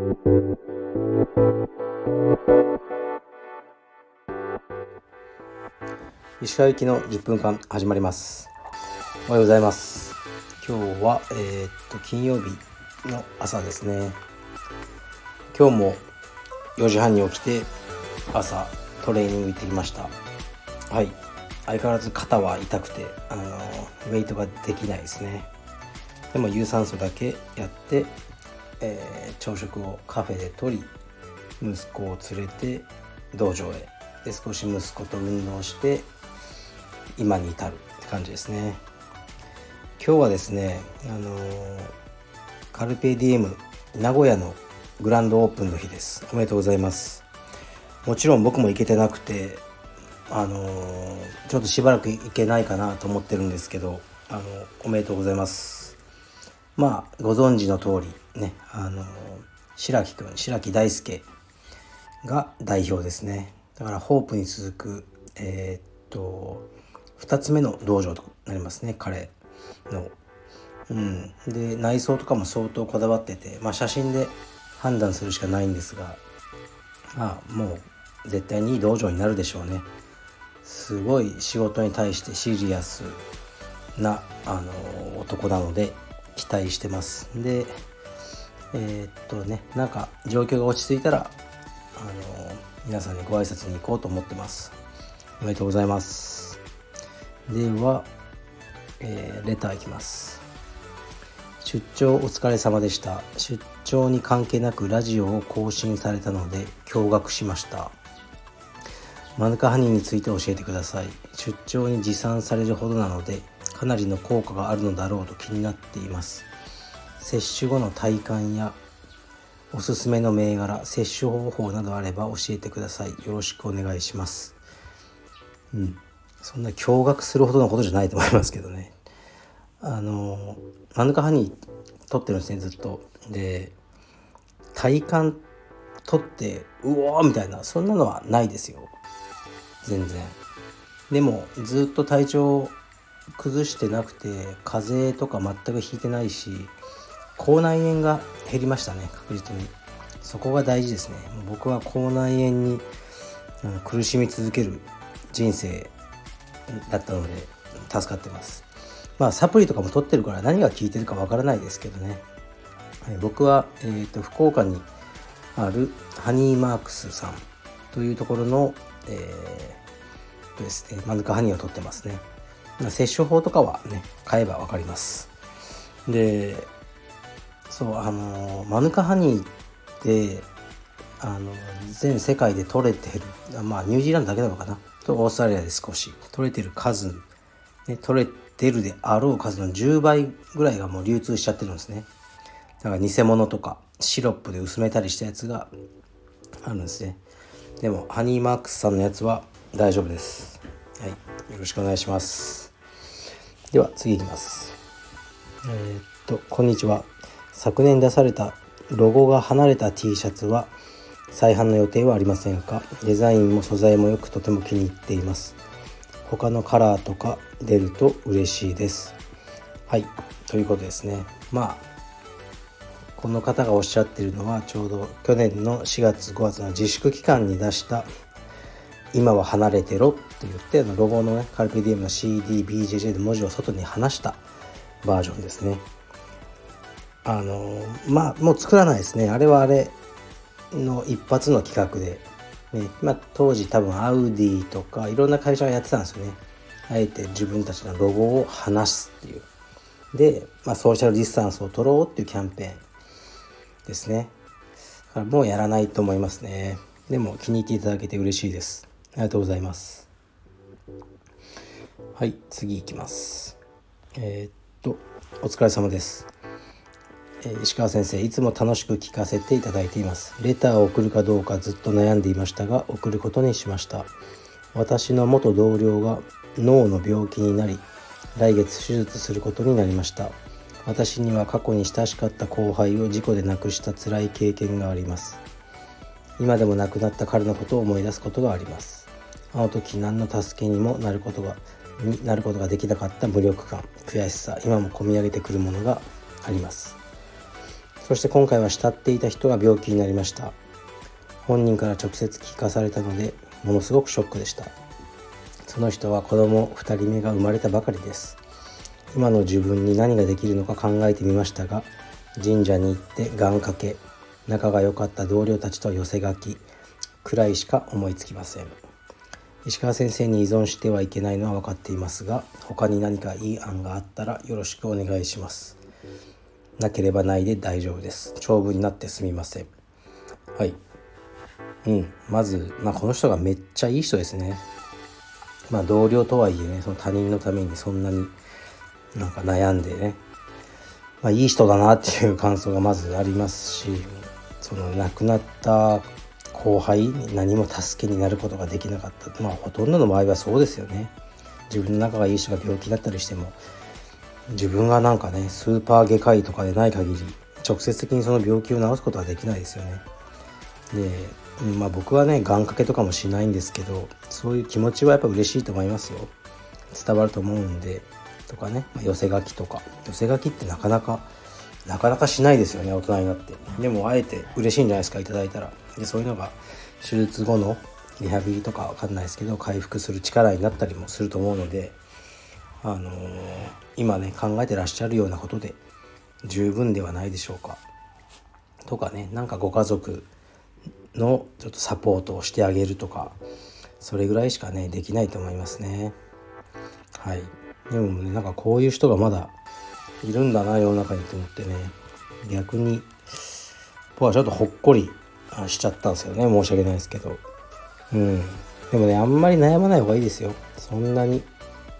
石川行きの10分間始まります。おはようございます。今日は、金曜日の朝ですね。今日も4時半に起きて朝トレーニング行ってきました。はい、相変わらず肩は痛くてウェイトができないですね。でも有酸素だけやって、朝食をカフェでとり、息子を連れて道場へで少し息子と運動して今に至るって感じですね。今日はですね、カルペディエム名古屋のグランドオープンの日です。おめでとうございます。もちろん僕も行けてなくてちょっとしばらく行けないかなと思ってるんですけど、おめでとうございます。まあご存知の通りね、白木大輔が代表ですね。だからホープに続く2つ目の道場となりますね、彼の。で内装とかも相当こだわってて、写真で判断するしかないんですが、もう絶対にいい道場になるでしょうね。すごい仕事に対してシリアスな男なので期待してます。でなんか状況が落ち着いたら皆さんにご挨拶に行こうと思ってます。おめでとうございます。では、レターいきます。出張お疲れ様でした。出張に関係なくラジオを更新されたので驚愕しました。マヌカハニーについて教えてください。出張に持参されるほどなのでかなりの効果があるのだろうと気になっています。接種後の体感やおすすめの銘柄、接種方法などあれば教えてください。よろしくお願いします。そんな驚愕するほどのことじゃないと思いますけどね。マヌカハニー取ってるんですね、ずっと。で体感取ってうおーみたいな、そんなのはないですよ、全然。でもずっと体調崩してなくて、風邪とか全くひいてないし、口内炎が減りましたね、確実に。そこが大事ですね。僕は口内炎に苦しみ続ける人生だったので助かってます。サプリとかも取ってるから何が効いてるかわからないですけどね。僕は、福岡にあるハニーマークスさんというところの、ですね、マヌカハニーを取ってますね。摂取法とかはね、買えばわかります。でマヌカハニーって全世界で取れてる、ニュージーランドだけなのかなとオーストラリアで少し取れてる数、取れてるであろう数の10倍ぐらいがもう流通しちゃってるんですね。だから偽物とかシロップで薄めたりしたやつがあるんですね。でもハニーマークスさんのやつは大丈夫です。はい、よろしくお願いします。では次いきます。こんにちは。昨年出されたロゴが離れた T シャツは再販の予定はありませんか？デザインも素材もよくとても気に入っています。他のカラーとか出ると嬉しいです。はい、ということですね。この方がおっしゃっているのは、ちょうど去年の4月5月の自粛期間に出した今は離れてろって言ってロゴのね、カルペディエムの CDBJJ で文字を外に離したバージョンですね。もう作らないですね。あれはあれの一発の企画で、当時多分アウディとかいろんな会社がやってたんですよね。あえて自分たちのロゴを離すっていうで、ソーシャルディスタンスを取ろうっていうキャンペーンですね。だからもうやらないと思いますね。でも気に入っていただけて嬉しいです。ありがとうございます。はい、次いきます。お疲れ様です。石川先生、いつも楽しく聞かせていただいています。レターを送るかどうかずっと悩んでいましたが、送ることにしました。私の元同僚が脳の病気になり、来月手術することになりました。私には過去に親しかった後輩を事故で亡くした辛い経験があります。今でも亡くなった彼のことを思い出すことがあります。あの時何の助けにもなることができなかった無力感、悔しさ、今も込み上げてくるものがあります。 そして今回は慕っていた人が病気になりました。本人から直接聞かされたのでものすごくショックでした。その人は子供2人目が生まれたばかりです。今の自分に何ができるのか考えてみましたが、神社に行って願掛け、仲が良かった同僚たちと寄せ書きくらいしか思いつきません。石川先生に依存してはいけないのは分かっていますが、他に何かいい案があったらよろしくお願いします。なければないで大丈夫です。長文になってすみません。はい。まず、この人がめっちゃいい人ですね。同僚とはいえね、その他人のためにそんなに悩んでね、いい人だなっていう感想がまずありますし、その亡くなった後輩に何も助けになることができなかった。ほとんどの場合はそうですよね。自分の仲がいい人が病気だったりしても、自分がスーパー外科医とかでない限り直接的にその病気を治すことはできないですよね。で、僕はね、願掛けとかもしないんですけど、そういう気持ちはやっぱ嬉しいと思いますよ。伝わると思うんで、とかね、寄せ書きとか。寄せ書きってなかなかしないですよね、大人になって。でもあえて嬉しいんじゃないですか、いただいたら。で、そういうのが手術後のリハビリとかわかんないですけど、回復する力になったりもすると思うので、今ね、考えてらっしゃるようなことで十分ではないでしょうか。とかね、ご家族のちょっとサポートをしてあげるとか、それぐらいしかねできないと思いますね。はい。でもね、こういう人がまだいるんだな、世の中にと思ってね、逆に僕はちょっとほっこりしちゃったんですよね。申し訳ないですけど。でもね、あんまり悩まない方がいいですよ。そんなに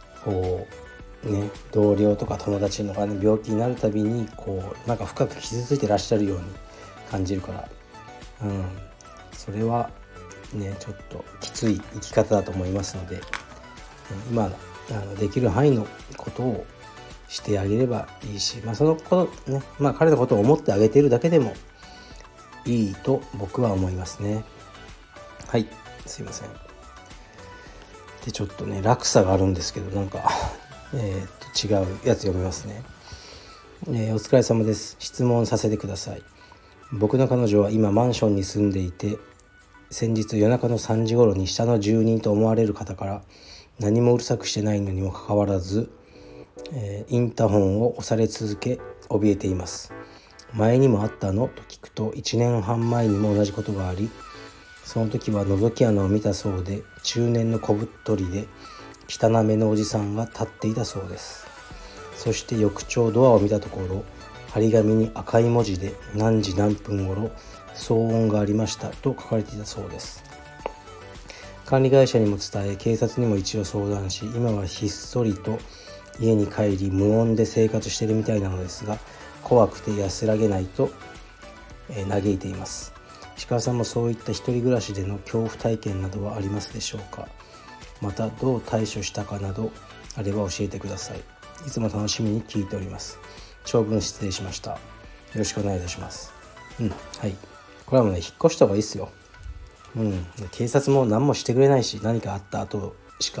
同僚とか友達のがね、病気になるたびに深く傷ついてらっしゃるように感じるから、それはね、ちょっときつい生き方だと思いますので、今できる範囲のことをしてあげればいいし、そのことね、彼のことを思ってあげているだけでもいいと僕は思いますね。はい、すいません。で、ちょっとね、落差があるんですけど、違うやつ読みますね。お疲れ様です。質問させてください。僕の彼女は今マンションに住んでいて、先日夜中の3時頃に下の住人と思われる方から何もうるさくしてないのにもかかわらず、インターホンを押され続け怯えています。前にもあったのと聞くと、1年半前にも同じことがあり、その時は覗き穴を見たそうで、中年の小太りで汚めのおじさんが立っていたそうです。そして翌朝ドアを見たところ、張り紙に赤い文字で何時何分頃騒音がありましたと書かれていたそうです。管理会社にも伝え、警察にも一応相談し、今はひっそりと家に帰り無音で生活しているみたいなのですが、怖くて安らげないと嘆いています。石川さんもそういった一人暮らしでの恐怖体験などはありますでしょうか。またどう対処したかなどあれば教えてください。いつも楽しみに聞いております。長文失礼しました。よろしくお願いいたします。はい。これはもうね、引っ越した方がいいですよ。警察も何もしてくれないし、何かあった後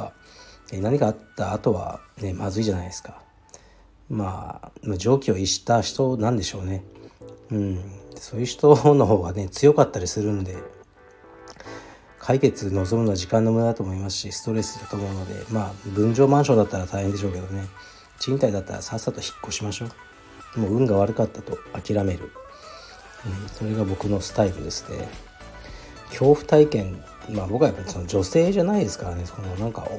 はね、まずいじゃないですか。常軌を逸した人なんでしょうね。そういう人の方がね、強かったりするんで、解決望むのは時間の無駄だと思いますし、ストレスだと思うので、分譲マンションだったら大変でしょうけどね、賃貸だったらさっさと引っ越しましょう。もう運が悪かったと諦める、それが僕のスタイルですね。恐怖体験、僕はやっぱりその女性じゃないですからね、その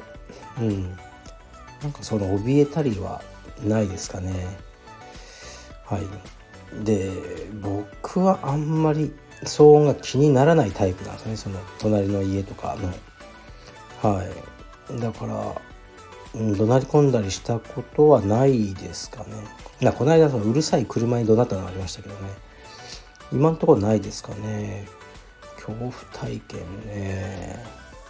その怯えたりはないですかね。はい。で、僕はあんまり騒音が気にならないタイプなんですね、その隣の家とかの。だから怒鳴り込んだりしたことはないですかね。この間そのうるさい車に怒鳴ったのがありましたけどね、今のところないですかね。恐怖体験ね、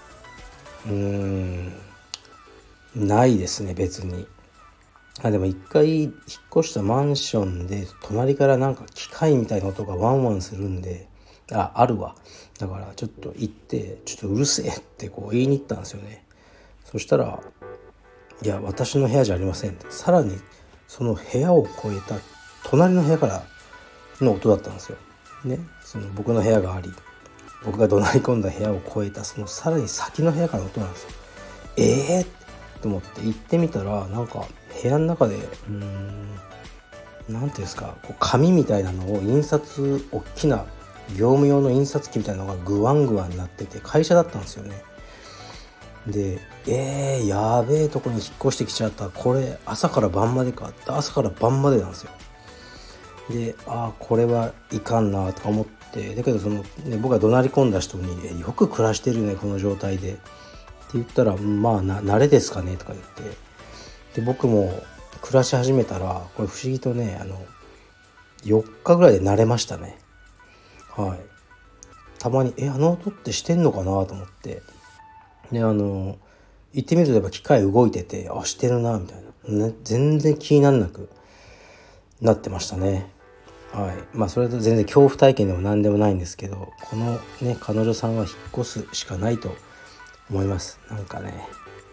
ないですね、別に。でも一回引っ越したマンションで隣から機械みたいな音がワンワンするんで、あるわ。だからちょっと行って、ちょっとうるせえって言いに行ったんですよね。そしたら、いや私の部屋じゃありませんって、さらにその部屋を越えた隣の部屋からの音だったんですよ。ね、その僕の部屋があり、僕が怒鳴り込んだ部屋を超えたそのさらに先の部屋からの音なんですよ。と思って行ってみたら、なんか部屋の中でなんていうんですか、こう紙みたいなのを印刷、大きな業務用の印刷機みたいなのがグワングワンになってて、会社だったんですよね。でやべえとこに引っ越してきちゃった、これ朝から晩までかって、朝から晩までなんですよ。でこれはいかんなとか思って、だけどその、ね、僕が怒鳴り込んだ人によく暮らしてるねこの状態でって言ったら、まあ慣れですかねとか言って、で僕も暮らし始めたら、これ不思議とね4日ぐらいで慣れましたね。はい。たまにあの音ってしてんのかなと思って、で行ってみるとやっぱ機械動いてて、してるなみたいな、ね、全然気にならなくなってましたね。はい。まあそれと全然恐怖体験でも何でもないんですけど、このね彼女さんは引っ越すしかないと思います。なんかね、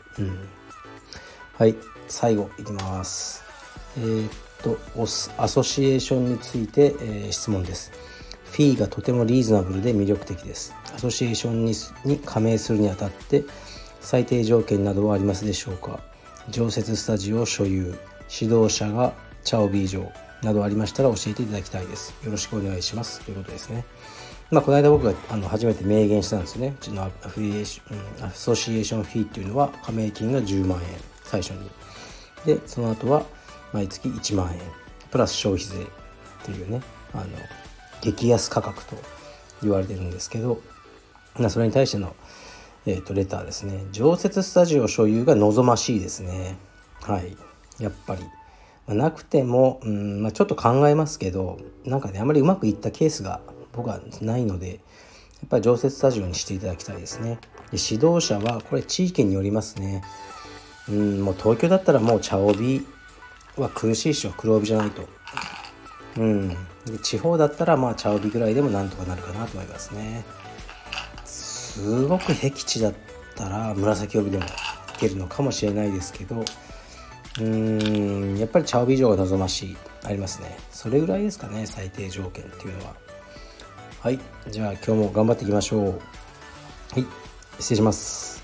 はい、最後いきます。アソシエーションについて、質問です。フィーがとてもリーズナブルで魅力的です。アソシエーションに加盟するにあたって最低条件などはありますでしょうか。常設スタジオ所有、指導者がチャオビー場などありましたら教えていただきたいです。よろしくお願いします、ということですね。この間僕が初めて明言したんですよね。うちのアソシエーションフィーっていうのは加盟金が10万円最初に、でその後は毎月1万円プラス消費税っていうね、激安価格と言われてるんですけど、それに対しての、レターですね。常設スタジオ所有が望ましいですね。はい。やっぱり、なくてもちょっと考えますけど、なんかねあまりうまくいったケースが僕はないので、やっぱり常設スタジオにしていただきたいですね。で指導者はこれ地域によりますね。もう東京だったらもう茶帯は苦しいっしょ、黒帯じゃないと。で地方だったら茶帯ぐらいでもなんとかなるかなと思いますね。すごく僻地だったら紫帯でもいけるのかもしれないですけど、やっぱり茶帯以上が望ましいありますね。それぐらいですかね、最低条件っていうのは。はい、じゃあ今日も頑張っていきましょう。はい、失礼します。